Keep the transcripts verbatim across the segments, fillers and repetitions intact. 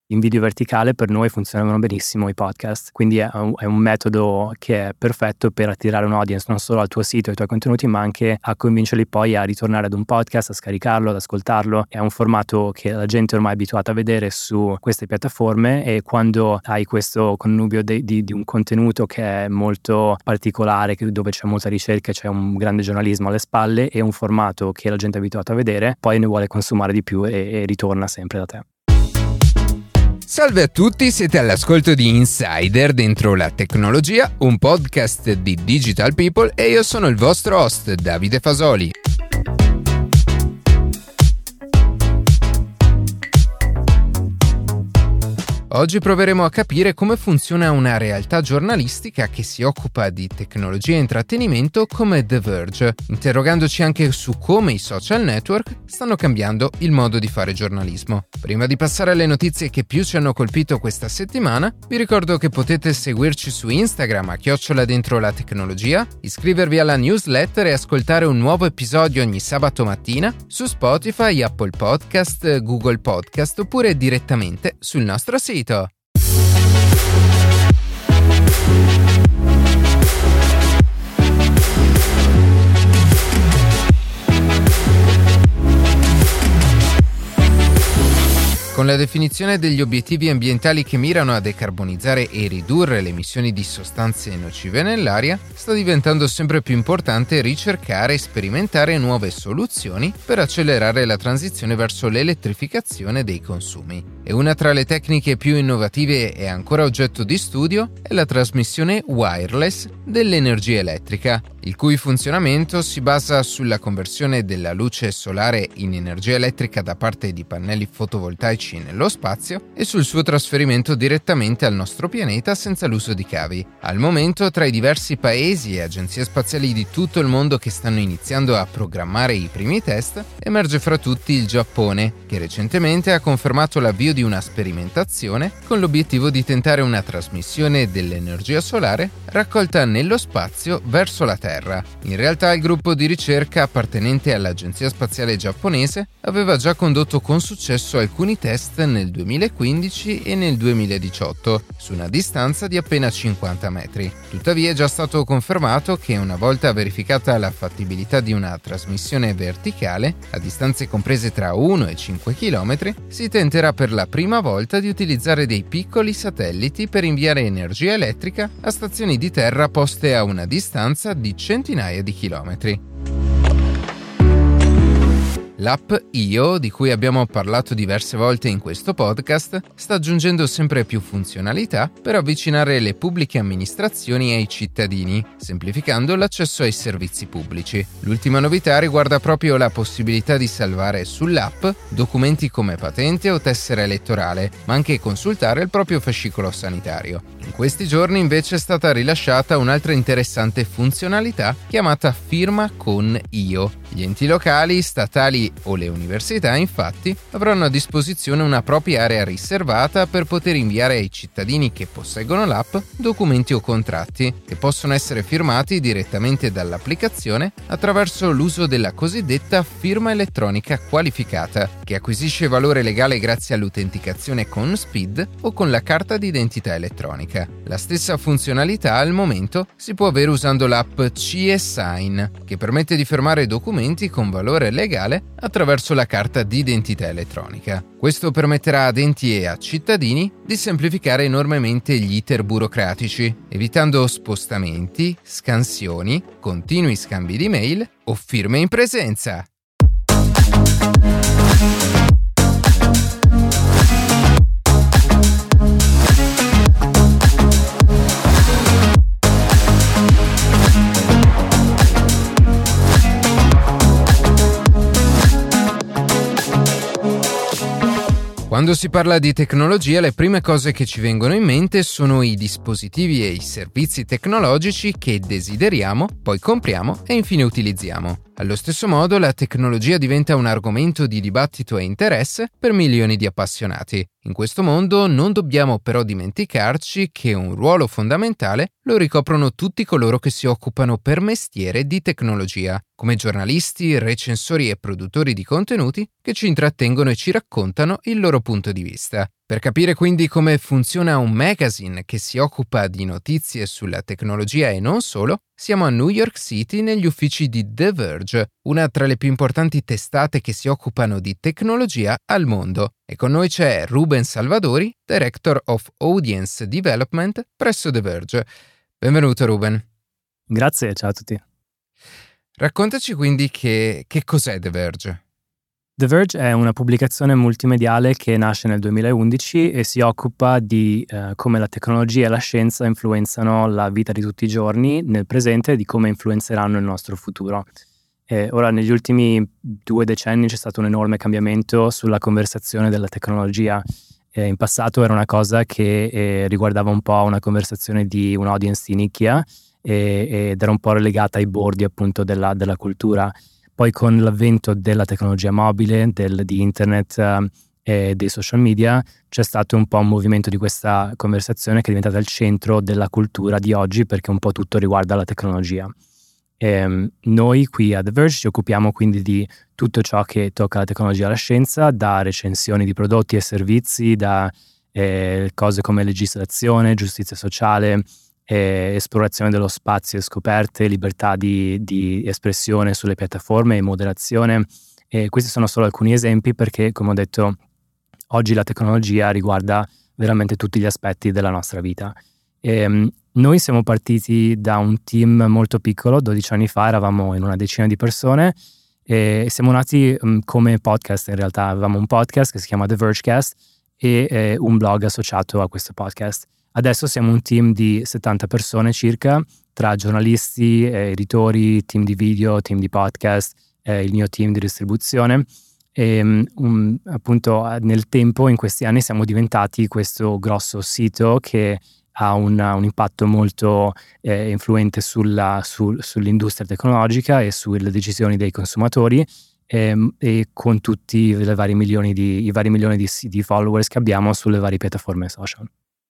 in video verticale per noi funzionano benissimo i podcast, quindi è un, è un metodo che è perfetto per attirare un audience non solo al tuo sito e ai tuoi contenuti, ma anche a convincerli poi a ritornare ad un podcast, a scaricarlo, ad ascoltarlo. È un formato che la gente ormai è abituata a vedere su queste piattaforme, e quando hai questo connubio di, di, di un contenuto che è molto particolare, dove c'è molta ricerca, c'è un grande giornalismo alle spalle, e un formato che la gente è abituata a vedere, poi ne vuole consumare di più e, e ritorna sempre da te. Salve a tutti, siete all'ascolto di Insider dentro la tecnologia, un podcast di Digital People, e io sono il vostro host Davide Fasoli. Oggi proveremo a capire come funziona una realtà giornalistica che si occupa di tecnologia e intrattenimento come The Verge, interrogandoci anche su come i social network stanno cambiando il modo di fare giornalismo. Prima di passare alle notizie che più ci hanno colpito questa settimana, vi ricordo che potete seguirci su Instagram a chiocciola dentro la tecnologia, iscrivervi alla newsletter e ascoltare un nuovo episodio ogni sabato mattina su Spotify, Apple Podcast, Google Podcast oppure direttamente sul nostro sito. Con la definizione degli obiettivi ambientali che mirano a decarbonizzare e ridurre le emissioni di sostanze nocive nell'aria, sta diventando sempre più importante ricercare e sperimentare nuove soluzioni per accelerare la transizione verso l'elettrificazione dei consumi. E una tra le tecniche più innovative e ancora oggetto di studio è la trasmissione wireless dell'energia elettrica, il cui funzionamento si basa sulla conversione della luce solare in energia elettrica da parte di pannelli fotovoltaici nello spazio e sul suo trasferimento direttamente al nostro pianeta senza l'uso di cavi. Al momento, tra i diversi paesi e agenzie spaziali di tutto il mondo che stanno iniziando a programmare i primi test, emerge fra tutti il Giappone, che recentemente ha confermato l'avvio di una sperimentazione con l'obiettivo di tentare una trasmissione dell'energia solare raccolta nello spazio verso la Terra. In realtà il gruppo di ricerca appartenente all'agenzia spaziale giapponese aveva già condotto con successo alcuni test nel duemilaquindici e nel duemiladiciotto, su una distanza di appena cinquanta metri. Tuttavia è già stato confermato che una volta verificata la fattibilità di una trasmissione verticale, a distanze comprese tra uno e cinque chilometri, si tenterà per la prima volta di utilizzare dei piccoli satelliti per inviare energia elettrica a stazioni di terra poste a una distanza di centinaia di chilometri. L'app Io, di cui abbiamo parlato diverse volte in questo podcast, sta aggiungendo sempre più funzionalità per avvicinare le pubbliche amministrazioni ai cittadini, semplificando l'accesso ai servizi pubblici. L'ultima novità riguarda proprio la possibilità di salvare sull'app documenti come patente o tessera elettorale, ma anche consultare il proprio fascicolo sanitario. In questi giorni invece è stata rilasciata un'altra interessante funzionalità chiamata Firma con Io. Gli enti locali, statali o le università, infatti, avranno a disposizione una propria area riservata per poter inviare ai cittadini che posseggono l'app documenti o contratti che possono essere firmati direttamente dall'applicazione attraverso l'uso della cosiddetta firma elettronica qualificata, che acquisisce valore legale grazie all'autenticazione con S P I D o con la carta d'identità elettronica. La stessa funzionalità al momento si può avere usando l'app C E-Sign, che permette di firmare documenti con valore legale attraverso la carta d'identità elettronica. Questo permetterà ad enti e a cittadini di semplificare enormemente gli iter burocratici, evitando spostamenti, scansioni, continui scambi di mail o firme in presenza. Quando si parla di tecnologia, le prime cose che ci vengono in mente sono i dispositivi e i servizi tecnologici che desideriamo, poi compriamo e infine utilizziamo. Allo stesso modo, la tecnologia diventa un argomento di dibattito e interesse per milioni di appassionati. In questo mondo non dobbiamo però dimenticarci che un ruolo fondamentale lo ricoprono tutti coloro che si occupano per mestiere di tecnologia, come giornalisti, recensori e produttori di contenuti che ci intrattengono e ci raccontano il loro punto di vista. Per capire quindi come funziona un magazine che si occupa di notizie sulla tecnologia e non solo, siamo a New York City negli uffici di The Verge, una tra le più importanti testate che si occupano di tecnologia al mondo. E con noi c'è Ruben Salvadori, Director of Audience Development presso The Verge. Benvenuto Ruben. Grazie, ciao a tutti. Raccontaci quindi che, che cos'è The Verge. The Verge è una pubblicazione multimediale che nasce nel duemilaundici e si occupa di eh, come la tecnologia e la scienza influenzano la vita di tutti i giorni nel presente e di come influenzeranno il nostro futuro. E ora, negli ultimi due decenni c'è stato un enorme cambiamento sulla conversazione della tecnologia. Eh, in passato era una cosa che eh, riguardava un po' una conversazione di un audience di nicchia e, ed era un po' relegata ai bordi appunto della, della cultura. Poi con l'avvento della tecnologia mobile, del, di internet uh, e dei social media c'è stato un po' un movimento di questa conversazione che è diventata il centro della cultura di oggi, perché un po' tutto riguarda la tecnologia. E, noi qui a The Verge ci occupiamo quindi di tutto ciò che tocca la tecnologia e la scienza, da recensioni di prodotti e servizi, da eh, cose come legislazione, giustizia sociale, Eh, esplorazione dello spazio e scoperte, libertà di, di espressione sulle piattaforme e moderazione. E questi sono solo alcuni esempi perché, come ho detto, oggi la tecnologia riguarda veramente tutti gli aspetti della nostra vita. E, noi siamo partiti da un team molto piccolo, dodici anni fa eravamo in una decina di persone e siamo nati um, come podcast. In realtà avevamo un podcast che si chiama The Vergecast e eh, un blog associato a questo podcast. Adesso siamo un team di settanta persone circa, tra giornalisti, eh, editori, team di video, team di podcast, eh, il mio team di distribuzione. E um, appunto nel tempo, in questi anni, siamo diventati questo grosso sito che ha una, un impatto molto eh, influente sulla, sul, sull'industria tecnologica e sulle decisioni dei consumatori, e, e con tutti i vari milioni di, i vari milioni di, di followers che abbiamo sulle varie piattaforme social.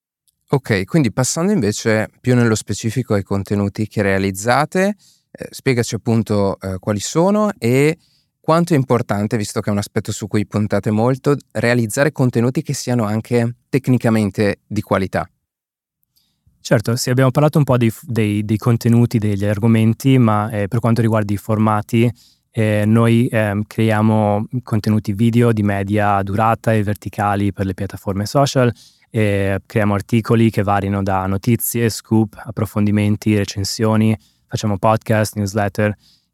Ok, quindi passando invece più nello specifico ai contenuti che realizzate, eh, spiegaci appunto eh, quali sono e quanto è importante, visto che è un aspetto su cui puntate molto, realizzare contenuti che siano anche tecnicamente di qualità. Certo, sì, abbiamo parlato un po' dei, dei, dei contenuti, degli argomenti, ma eh, per quanto riguarda i formati, eh, noi eh, creiamo contenuti video di media durata e verticali per le piattaforme social. E creiamo articoli che variano da notizie, scoop, approfondimenti, recensioni, facciamo podcast, newsletter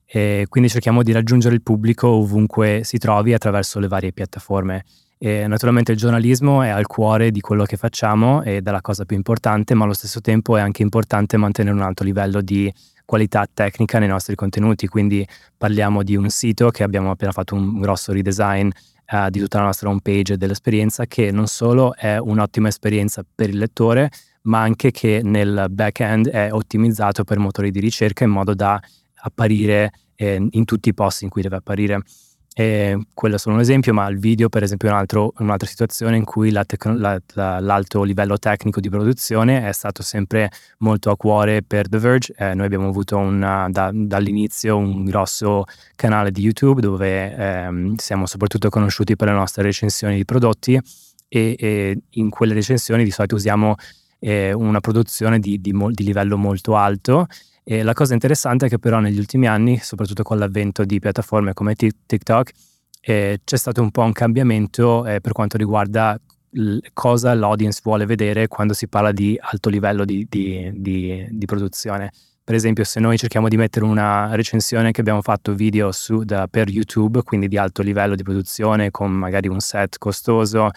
e quindi cerchiamo di raggiungere il pubblico ovunque si trovi attraverso le varie piattaforme. E naturalmente il giornalismo è al cuore di quello che facciamo ed è la cosa più importante, ma allo stesso tempo è anche importante mantenere un alto livello di qualità tecnica nei nostri contenuti, quindi parliamo di un sito che abbiamo appena fatto un grosso redesign Uh, di tutta la nostra homepage e dell'esperienza, che non solo è un'ottima esperienza per il lettore, ma anche che nel back-end è ottimizzato per motori di ricerca in modo da apparire eh, in tutti i posti in cui deve apparire. E quello è solo un esempio, ma il video per esempio è un altro, un'altra situazione in cui la tec- la, la, l'alto livello tecnico di produzione è stato sempre molto a cuore per The Verge. Eh, noi abbiamo avuto una, da, dall'inizio un grosso canale di YouTube dove ehm, siamo soprattutto conosciuti per le nostre recensioni di prodotti e, e in quelle recensioni di solito usiamo eh, una produzione di, di, mo- di livello molto alto. E la cosa interessante è che però negli ultimi anni, soprattutto con l'avvento di piattaforme come TikTok, eh, c'è stato un po' un cambiamento eh, per quanto riguarda l- cosa l'audience vuole vedere quando si parla di alto livello di, di, di, di produzione. Per esempio, se noi cerchiamo di mettere una recensione che abbiamo fatto video su, da, per YouTube, quindi di alto livello di produzione, con magari un set costoso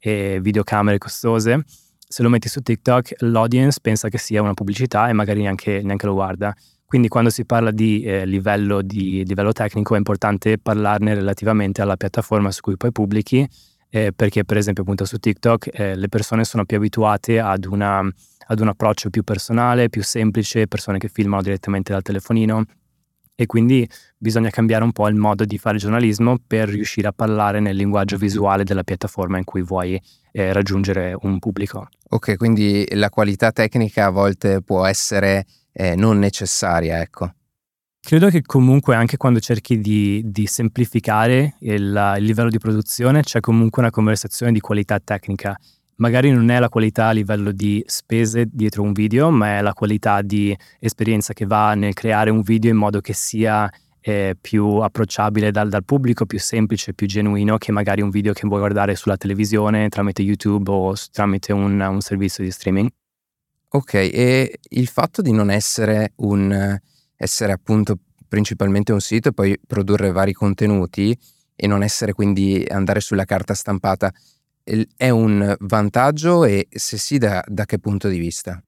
e videocamere costose, se lo metti su TikTok l'audience pensa che sia una pubblicità e magari neanche, neanche lo guarda. Quindi quando si parla di, eh, livello, di livello tecnico è importante parlarne relativamente alla piattaforma su cui poi pubblichi, eh, perché per esempio appunto su TikTok eh, le persone sono più abituate ad, una, ad un approccio più personale, più semplice, persone che filmano direttamente dal telefonino. E quindi bisogna cambiare un po' il modo di fare giornalismo per riuscire a parlare nel linguaggio visuale della piattaforma in cui vuoi eh, raggiungere un pubblico. Ok, quindi la qualità tecnica a volte può essere eh, non necessaria, ecco. Credo che comunque anche quando cerchi di, di semplificare il, il livello di produzione c'è comunque una conversazione di qualità tecnica magari non è la qualità a livello di spese dietro un video, ma è la qualità di esperienza che va nel creare un video in modo che sia eh, più approcciabile dal, dal pubblico, più semplice, più genuino che magari un video che vuoi guardare sulla televisione tramite YouTube o s- tramite un, un servizio di streaming. Ok, e il fatto di non essere un essere appunto principalmente un sito e poi produrre vari contenuti e non essere quindi andare sulla carta stampata è un vantaggio, e se sì, da, da che punto di vista?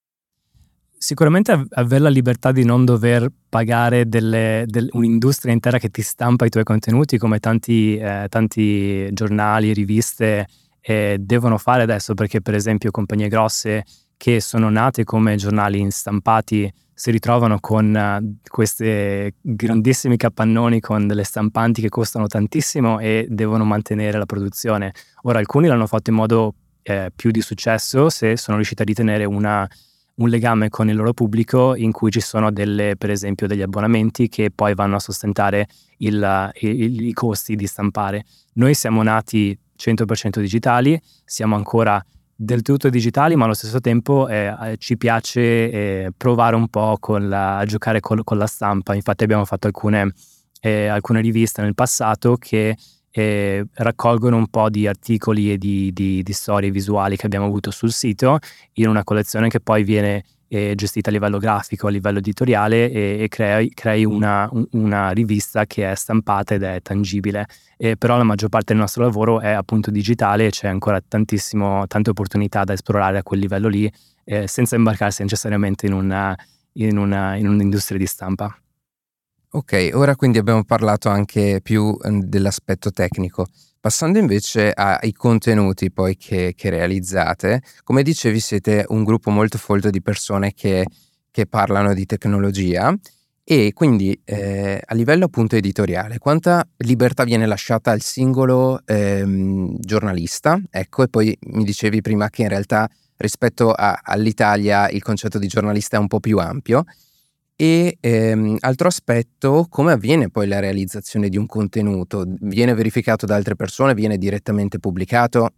Sicuramente av- avere la libertà di non dover pagare delle, del- un'industria intera che ti stampa i tuoi contenuti, come tanti, eh, tanti giornali, riviste eh, devono fare adesso, perché per esempio compagnie grosse che sono nate come giornali stampati si ritrovano con uh, questi grandissimi capannoni con delle stampanti che costano tantissimo e devono mantenere la produzione. Ora, alcuni l'hanno fatto in modo eh, più di successo se sono riusciti a ritenere una un legame con il loro pubblico in cui ci sono delle, per esempio, degli abbonamenti che poi vanno a sostentare il, il, i costi di stampare. Noi siamo nati cento per cento digitali, siamo ancora del tutto digitali, ma allo stesso tempo eh, ci piace eh, provare un po' con la, a giocare col, con la stampa. Infatti abbiamo fatto alcune, eh, alcune riviste nel passato che eh, raccolgono un po' di articoli e di, di, di storie visuali che abbiamo avuto sul sito in una collezione che poi viene eh, gestita a livello grafico, a livello editoriale e, e crei, crei una, un, una rivista che è stampata ed è tangibile. Eh, però la maggior parte del nostro lavoro è appunto digitale e c'è ancora tantissimo, tante opportunità da esplorare a quel livello lì, eh, senza imbarcarsi necessariamente in, una, in, una, in un'industria di stampa. Ok, ora quindi abbiamo parlato anche più eh, dell'aspetto tecnico. Passando invece ai contenuti poi che, che realizzate, come dicevi siete un gruppo molto folto di persone che, che parlano di tecnologia, e quindi eh, a livello appunto editoriale, quanta libertà viene lasciata al singolo ehm, giornalista? Ecco, e poi mi dicevi prima che in realtà rispetto a, all'Italia il concetto di giornalista è un po' più ampio. E ehm, altro aspetto, come avviene poi la realizzazione di un contenuto? Viene verificato da altre persone, viene direttamente pubblicato?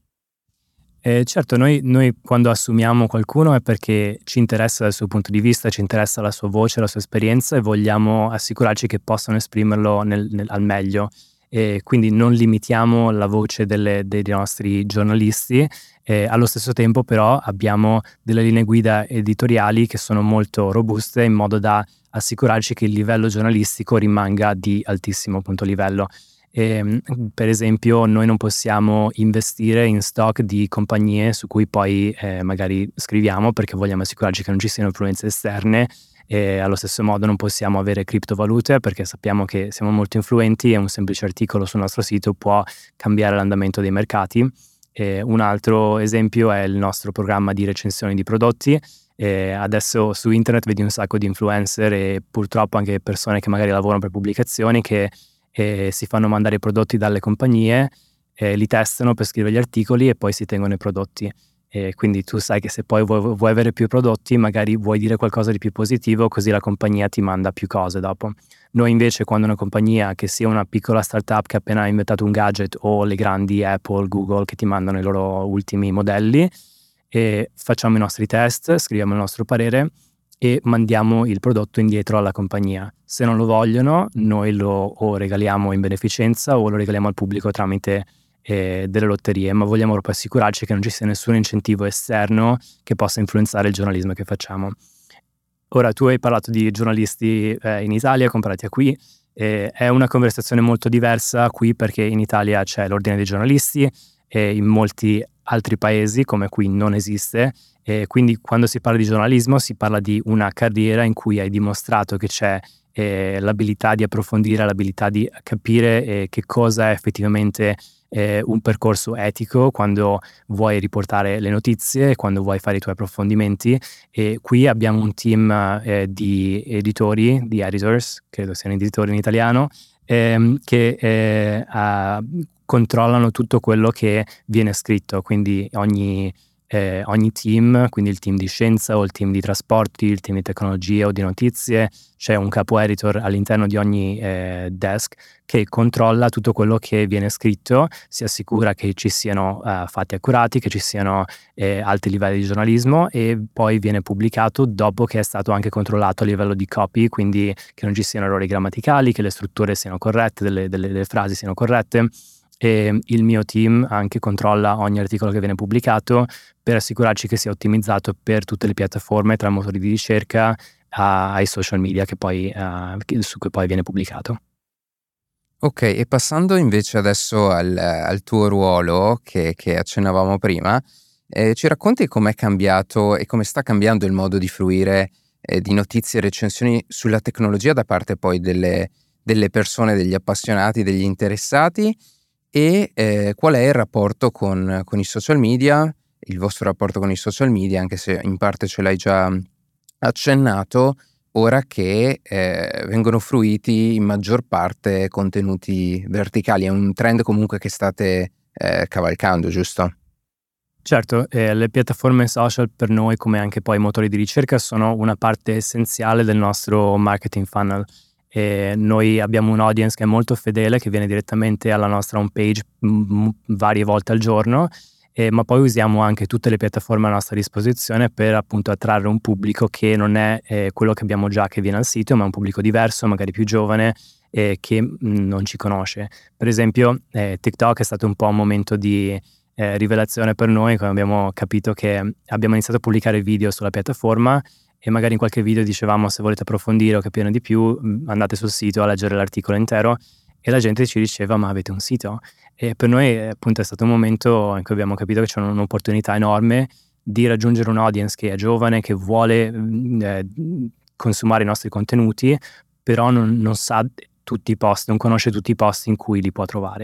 Eh, certo, noi, noi quando assumiamo qualcuno è perché ci interessa dal suo punto di vista, ci interessa la sua voce, la sua esperienza e vogliamo assicurarci che possano esprimerlo nel, nel, al meglio. E quindi non limitiamo la voce delle, dei nostri giornalisti, eh, allo stesso tempo però abbiamo delle linee guida editoriali che sono molto robuste in modo da assicurarci che il livello giornalistico rimanga di altissimo appunto livello. E, per esempio noi non possiamo investire in stock di compagnie su cui poi eh, magari scriviamo perché vogliamo assicurarci che non ci siano influenze esterne, e allo stesso modo non possiamo avere criptovalute perché sappiamo che siamo molto influenti e un semplice articolo sul nostro sito può cambiare l'andamento dei mercati. E un altro esempio è il nostro programma di recensioni di prodotti. E adesso su internet vedi un sacco di influencer e purtroppo anche persone che magari lavorano per pubblicazioni che e si fanno mandare i prodotti dalle compagnie, eh, li testano per scrivere gli articoli e poi si tengono i prodotti. E quindi tu sai che se poi vuoi, vuoi avere più prodotti, magari vuoi dire qualcosa di più positivo, così la compagnia ti manda più cose dopo. Noi invece, quando una compagnia, che sia una piccola startup che ha appena inventato un gadget o le grandi Apple, Google che ti mandano i loro ultimi modelli, e facciamo i nostri test, scriviamo il nostro parere e mandiamo il prodotto indietro alla compagnia. Se non lo vogliono, noi lo o regaliamo in beneficenza o lo regaliamo al pubblico tramite eh, delle lotterie, ma vogliamo proprio assicurarci che non ci sia nessun incentivo esterno che possa influenzare il giornalismo che facciamo. Ora, tu hai parlato di giornalisti eh, in Italia comparati a qui. Eh, è una conversazione molto diversa qui perché in Italia c'è l'ordine dei giornalisti e in molti altri paesi come qui non esiste. E quindi quando si parla di giornalismo si parla di una carriera in cui hai dimostrato che c'è eh, l'abilità di approfondire, l'abilità di capire eh, che cosa è effettivamente eh, un percorso etico quando vuoi riportare le notizie, quando vuoi fare i tuoi approfondimenti. E qui abbiamo un team eh, di editori, di editors, credo siano editori in italiano, ehm, che eh, uh, controllano tutto quello che viene scritto, quindi ogni eh, ogni team, quindi il team di scienza o il team di trasporti, il team di tecnologie o di notizie, c'è un capo editor all'interno di ogni eh, desk che controlla tutto quello che viene scritto, si assicura che ci siano uh, fatti accurati, che ci siano eh, alti livelli di giornalismo, e poi viene pubblicato dopo che è stato anche controllato a livello di copy, quindi che non ci siano errori grammaticali, che le strutture siano corrette, delle, delle, delle frasi siano corrette. E il mio team anche controlla ogni articolo che viene pubblicato per assicurarci che sia ottimizzato per tutte le piattaforme, tra motori di ricerca a, ai social media che poi, uh, su cui poi viene pubblicato. Ok, e passando invece adesso al, al tuo ruolo che, che accennavamo prima, eh, ci racconti com'è cambiato e come sta cambiando il modo di fruire eh, di notizie e recensioni sulla tecnologia da parte poi delle, delle persone, degli appassionati, degli interessati, e eh, qual è il rapporto con, con i social media, il vostro rapporto con i social media, anche se in parte ce l'hai già accennato, ora che eh, vengono fruiti in maggior parte contenuti verticali. È un trend comunque che state eh, cavalcando, giusto? Certo, eh, le piattaforme social per noi, come anche poi i motori di ricerca, sono una parte essenziale del nostro marketing funnel. E noi abbiamo un audience che è molto fedele, che viene direttamente alla nostra homepage m- varie volte al giorno, eh, ma poi usiamo anche tutte le piattaforme a nostra disposizione per appunto attrarre un pubblico che non è eh, quello che abbiamo già che viene al sito, ma è un pubblico diverso, magari più giovane, eh, che mh, non ci conosce. Per esempio eh, TikTok è stato un po' un momento di eh, rivelazione per noi, quando abbiamo capito che abbiamo iniziato a pubblicare video sulla piattaforma, e magari in qualche video dicevamo: se volete approfondire o capire di più, andate sul sito a leggere l'articolo intero, e la gente ci diceva: ma avete un sito? E per noi appunto è stato un momento in cui abbiamo capito che c'è un'opportunità enorme di raggiungere un audience che è giovane, che vuole eh, consumare i nostri contenuti, però non, non sa tutti i post, non conosce tutti i post in cui li può trovare.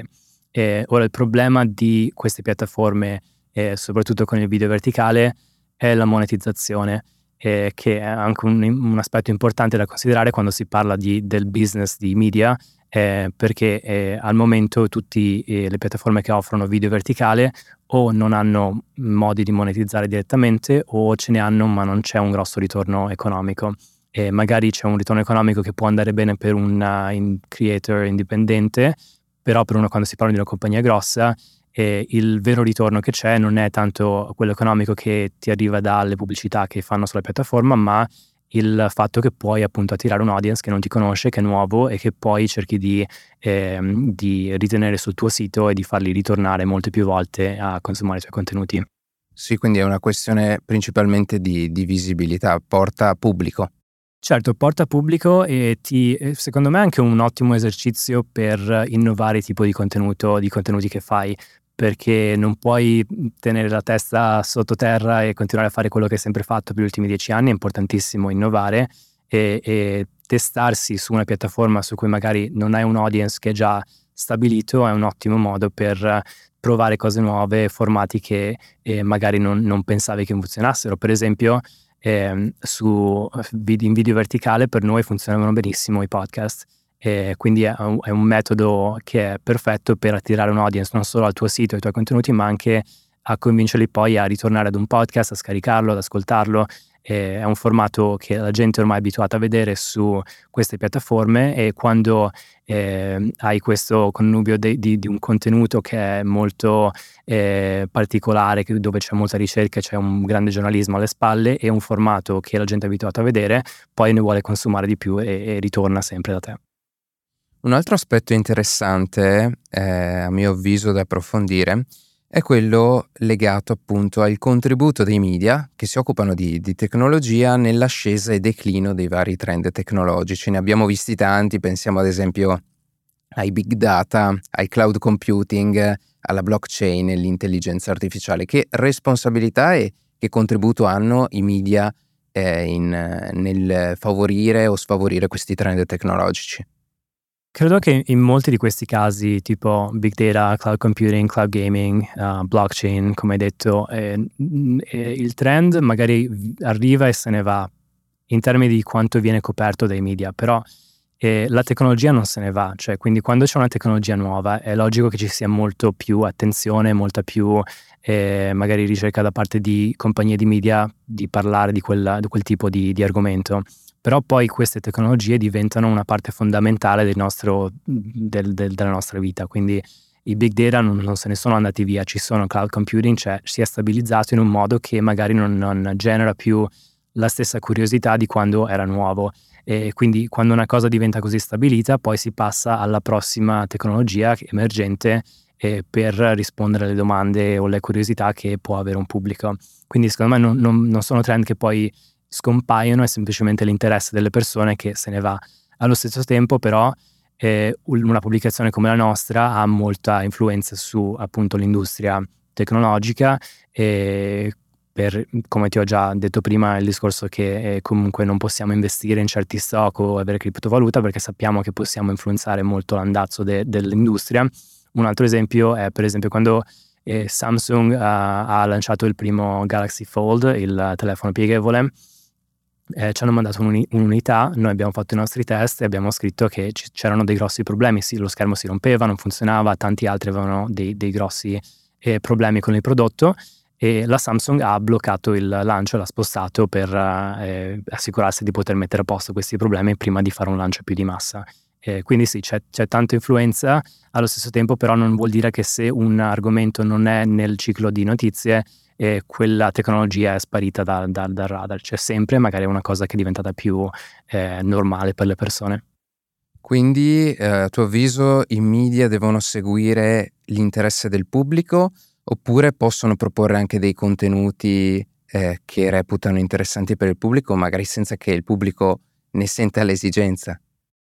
E ora il problema di queste piattaforme, eh, soprattutto con il video verticale, è la monetizzazione, eh, che è anche un, un aspetto importante da considerare quando si parla di, del business di media, eh, perché eh, al momento tutte eh, le piattaforme che offrono video verticale o non hanno modi di monetizzare direttamente, o ce ne hanno ma non c'è un grosso ritorno economico. E magari c'è un ritorno economico che può andare bene per un uh, creator indipendente, però per uno, quando si parla di una compagnia grossa, eh, il vero ritorno che c'è non è tanto quello economico che ti arriva dalle pubblicità che fanno sulla piattaforma, ma il fatto che puoi appunto attirare un audience che non ti conosce, che è nuovo, e che poi cerchi di, eh, di ritenere sul tuo sito e di farli ritornare molte più volte a consumare i tuoi contenuti. Sì, quindi è una questione principalmente di, di visibilità, porta pubblico. Certo, porta pubblico, e ti, secondo me è anche un ottimo esercizio per innovare il tipo di contenuto, di contenuti che fai, perché non puoi tenere la testa sottoterra e continuare a fare quello che hai sempre fatto per gli ultimi dieci anni. È importantissimo innovare e, e testarsi su una piattaforma su cui magari non hai un audience che è già stabilito. È un ottimo modo per provare cose nuove, formati che eh, magari non, non pensavi che funzionassero. Per esempio, Eh, su video, in video verticale per noi funzionavano benissimo i podcast, e quindi è un, è un metodo che è perfetto per attirare un audience non solo al tuo sito, ai tuoi contenuti, ma anche a convincerli poi a ritornare ad un podcast, a scaricarlo, ad ascoltarlo. E è un formato che la gente ormai è abituata a vedere su queste piattaforme, e quando eh, hai questo connubio di, di, di un contenuto che è molto eh, particolare, che, dove c'è molta ricerca, c'è un grande giornalismo alle spalle, e un formato che la gente è abituata a vedere, poi ne vuole consumare di più e, e ritorna sempre da te. Un altro aspetto interessante, eh, a mio avviso, da approfondire è quello legato appunto al contributo dei media che si occupano di, di tecnologia nell'ascesa e declino dei vari trend tecnologici. Ne abbiamo visti tanti, pensiamo ad esempio ai big data, ai cloud computing, alla blockchain e l'intelligenza artificiale. Che responsabilità e che contributo hanno i media eh, in, nel favorire o sfavorire questi trend tecnologici? Credo che in molti di questi casi, tipo big data, cloud computing, cloud gaming, uh, blockchain, come hai detto, eh, eh, il trend magari arriva e se ne va in termini di quanto viene coperto dai media, però E la tecnologia non se ne va, cioè quindi quando c'è una tecnologia nuova è logico che ci sia molto più attenzione, molta più eh, magari ricerca da parte di compagnie di media di parlare di, quella, di quel tipo di, di argomento. Però poi queste tecnologie diventano una parte fondamentale del nostro, del, del, della nostra vita, quindi i big data non, non se ne sono andati via, ci sono cloud computing, cioè si è stabilizzato in un modo che magari non, non genera più la stessa curiosità di quando era nuovo. E quindi quando una cosa diventa così stabilita poi si passa alla prossima tecnologia emergente eh, per rispondere alle domande o alle curiosità che può avere un pubblico. Quindi secondo me non, non, non sono trend che poi scompaiono, è semplicemente l'interesse delle persone che se ne va. Allo stesso tempo però eh, una pubblicazione come la nostra ha molta influenza su appunto l'industria tecnologica e per, come ti ho già detto prima, il discorso che eh, comunque non possiamo investire in certi stock o avere criptovaluta perché sappiamo che possiamo influenzare molto l'andazzo de- dell'industria. Un altro esempio è per esempio quando eh, Samsung uh, ha lanciato il primo Galaxy Fold, il telefono pieghevole, eh, ci hanno mandato un'uni- un'unità, noi abbiamo fatto i nostri test e abbiamo scritto che c- c'erano dei grossi problemi, sì, lo schermo si rompeva, non funzionava, tanti altri avevano dei, dei grossi eh, problemi con il prodotto. E la Samsung ha bloccato il lancio, l'ha spostato per eh, assicurarsi di poter mettere a posto questi problemi prima di fare un lancio più di massa. Eh, quindi sì, c'è, c'è tanta influenza, allo stesso tempo però non vuol dire che se un argomento non è nel ciclo di notizie, eh, quella tecnologia è sparita da, da, dal radar. C'è sempre magari una cosa che è diventata più eh, normale per le persone. Quindi, eh, a tuo avviso, i media devono seguire l'interesse del pubblico oppure possono proporre anche dei contenuti eh, che reputano interessanti per il pubblico, magari senza che il pubblico ne senta l'esigenza?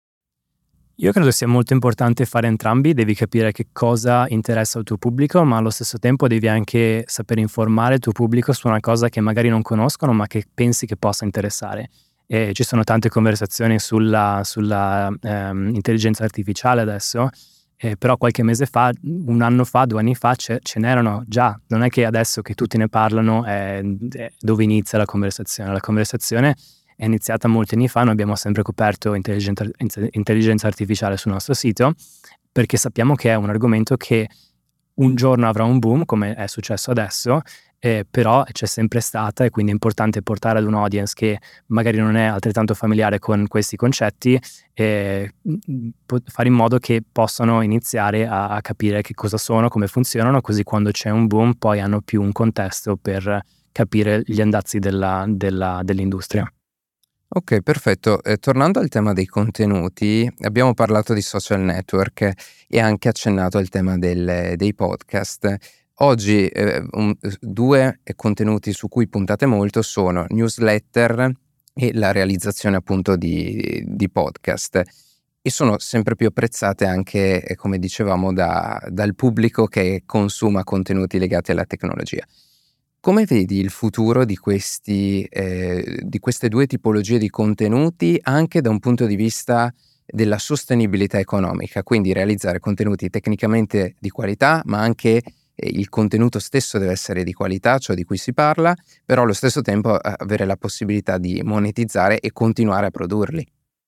Io credo sia molto importante fare entrambi, devi capire che cosa interessa al tuo pubblico, ma allo stesso tempo devi anche saper informare il tuo pubblico su una cosa che magari non conoscono, ma che pensi che possa interessare. E ci sono tante conversazioni sulla, sulla ehm, intelligenza artificiale adesso, eh, però qualche mese fa, un anno fa, due anni fa ce, ce n'erano già. Non è che adesso che tutti ne parlano è, è dove inizia la conversazione. La conversazione è iniziata molti anni fa, noi abbiamo sempre coperto intelligenza, intelligenza artificiale sul nostro sito perché sappiamo che è un argomento che un giorno avrà un boom, come è successo adesso, eh, però c'è sempre stata e quindi è importante portare ad un audience che magari non è altrettanto familiare con questi concetti e fare in modo che possano iniziare a, a capire che cosa sono, come funzionano, così quando c'è un boom poi hanno più un contesto per capire gli andazzi della, della, dell'industria. Ok, perfetto. Eh, tornando al tema dei contenuti, abbiamo parlato di social network e anche accennato al tema del, dei podcast. Oggi eh, un, due contenuti su cui puntate molto sono newsletter e la realizzazione appunto di, di podcast e sono sempre più apprezzate anche, eh, come dicevamo, da, dal pubblico che consuma contenuti legati alla tecnologia. Come vedi il futuro di questi, eh, di queste due tipologie di contenuti anche da un punto di vista della sostenibilità economica, quindi realizzare contenuti tecnicamente di qualità, ma anche eh, il contenuto stesso deve essere di qualità, ciò di cui si parla, però allo stesso tempo eh, avere la possibilità di monetizzare e continuare a produrli?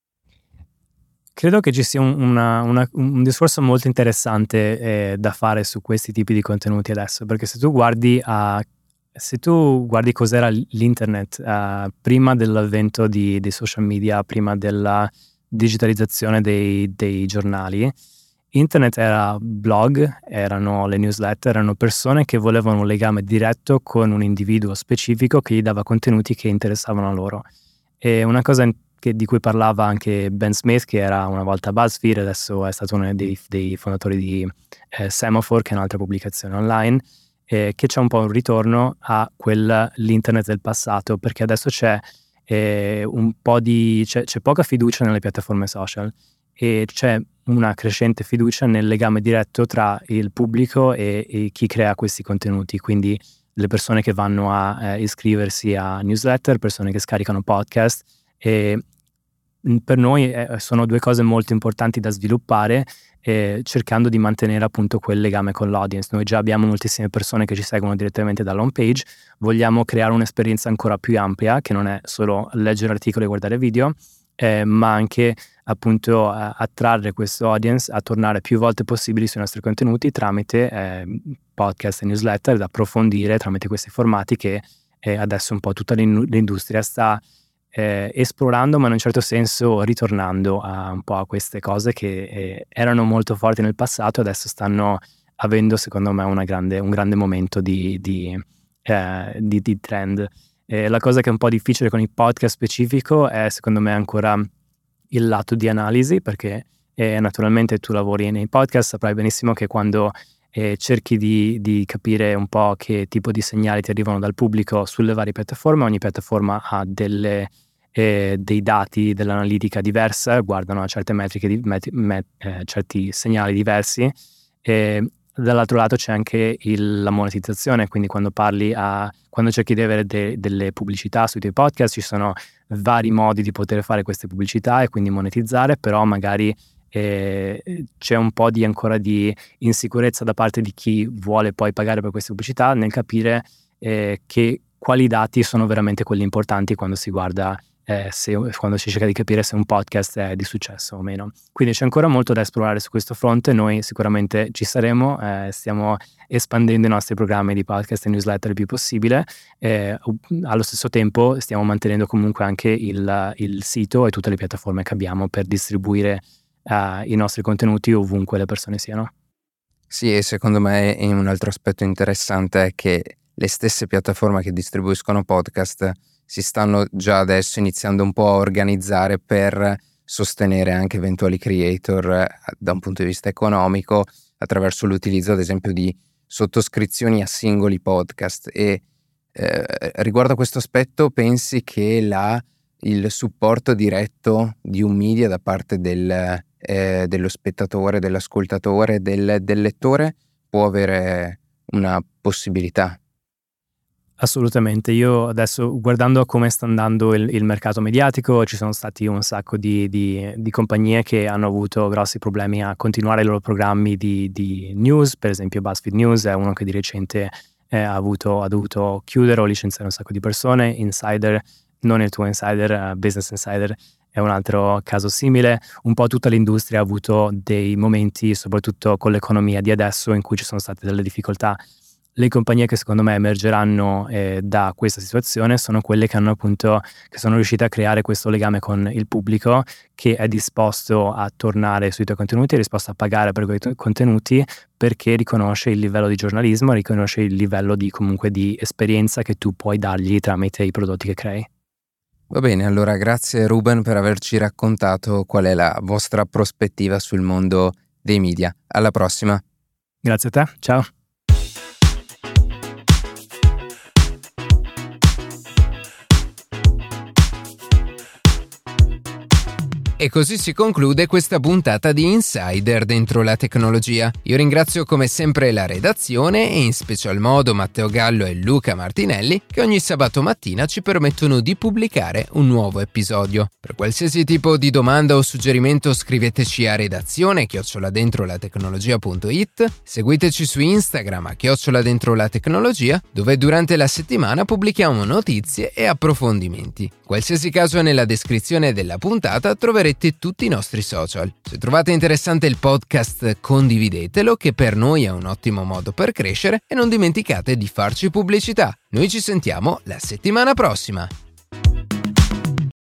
Credo che ci sia un, una, una, un discorso molto interessante eh, da fare su questi tipi di contenuti adesso, perché se tu guardi a Se tu guardi cos'era l'internet uh, prima dell'avvento di, dei social media, prima della digitalizzazione dei, dei giornali, internet era blog, erano le newsletter, erano persone che volevano un legame diretto con un individuo specifico che gli dava contenuti che interessavano a loro. E una cosa che, di cui parlava anche Ben Smith, che era una volta BuzzFeed, adesso è stato uno dei, dei fondatori di eh, Semaphore, che è un'altra pubblicazione online, Eh, che c'è un po' un ritorno a quel l'internet del passato, perché adesso c'è eh, un po' di c'è, c'è poca fiducia nelle piattaforme social e c'è una crescente fiducia nel legame diretto tra il pubblico e, e chi crea questi contenuti, quindi le persone che vanno a eh, iscriversi a newsletter, persone che scaricano podcast e per noi eh, sono due cose molto importanti da sviluppare, eh, cercando di mantenere appunto quel legame con l'audience. Noi già abbiamo moltissime persone che ci seguono direttamente dalla home page, vogliamo creare un'esperienza ancora più ampia che non è solo leggere articoli e guardare video, eh, ma anche appunto a, attrarre questo audience a tornare più volte possibili sui nostri contenuti tramite eh, podcast e newsletter, da approfondire tramite questi formati che eh, adesso un po' tutta l'industria sta eh, esplorando, ma in un certo senso ritornando a un po' a queste cose che eh, erano molto forti nel passato e adesso stanno avendo secondo me una grande, un grande momento di, di, eh, di, di trend. Eh, la cosa che è un po' difficile con il podcast specifico è secondo me ancora il lato di analisi, perché eh, naturalmente tu lavori nei podcast, saprai benissimo che quando eh, cerchi di, di capire un po' che tipo di segnali ti arrivano dal pubblico sulle varie piattaforme, ogni piattaforma ha delle, eh, dei dati dell'analitica diversa, guardano a certe metriche, di, met, met, eh, certi segnali diversi. E dall'altro lato c'è anche il, la monetizzazione, quindi quando parli a quando cerchi di avere de, delle pubblicità sui tuoi podcast ci sono vari modi di poter fare queste pubblicità e quindi monetizzare, però magari eh, c'è un po' di ancora di insicurezza da parte di chi vuole poi pagare per queste pubblicità nel capire eh, che quali dati sono veramente quelli importanti quando si guarda Eh, se, quando si cerca di capire se un podcast è di successo o meno. Quindi c'è ancora molto da esplorare su questo fronte, noi sicuramente ci saremo, eh, stiamo espandendo i nostri programmi di podcast e newsletter il più possibile, eh, allo stesso tempo stiamo mantenendo comunque anche il, il sito e tutte le piattaforme che abbiamo per distribuire eh, i nostri contenuti ovunque le persone siano. Sì, e secondo me un altro aspetto interessante è che le stesse piattaforme che distribuiscono podcast si stanno già adesso iniziando un po' a organizzare per sostenere anche eventuali creator da un punto di vista economico attraverso l'utilizzo ad esempio di sottoscrizioni a singoli podcast. E eh, riguardo a questo aspetto, pensi che la, il supporto diretto di un media da parte del, eh, dello spettatore, dell'ascoltatore, del, del lettore può avere una possibilità? Assolutamente, io adesso guardando come sta andando il, il mercato mediatico, ci sono stati un sacco di, di, di compagnie che hanno avuto grossi problemi a continuare i loro programmi di, di news, per esempio BuzzFeed News è uno che di recente eh, ha, avuto, ha dovuto chiudere o licenziare un sacco di persone. Insider, non il tuo Insider, uh, Business Insider è un altro caso simile. Un po' tutta l'industria ha avuto dei momenti, soprattutto con l'economia di adesso, in cui ci sono state delle difficoltà. Le compagnie che secondo me emergeranno eh, da questa situazione sono quelle che hanno appunto che sono riuscite a creare questo legame con il pubblico, che è disposto a tornare sui tuoi contenuti, è disposto a pagare per quei contenuti perché riconosce il livello di giornalismo, riconosce il livello di comunque di esperienza che tu puoi dargli tramite i prodotti che crei. Va bene, allora grazie Ruben per averci raccontato qual è la vostra prospettiva sul mondo dei media. Alla prossima. Grazie a te, ciao. E così si conclude questa puntata di Insider dentro la tecnologia. Io ringrazio come sempre la redazione e in special modo Matteo Gallo e Luca Martinelli che ogni sabato mattina ci permettono di pubblicare un nuovo episodio. Per qualsiasi tipo di domanda o suggerimento scriveteci a redazione chiocciola dentro la tecnologia punto it, seguiteci su Instagram a chiocciola dentro la tecnologia, dove durante la settimana pubblichiamo notizie e approfondimenti. Qualsiasi caso è nella descrizione della puntata troverete tutti i nostri social. Se trovate interessante il podcast, condividetelo, che per noi è un ottimo modo per crescere, e non dimenticate di farci pubblicità. Noi ci sentiamo la settimana prossima.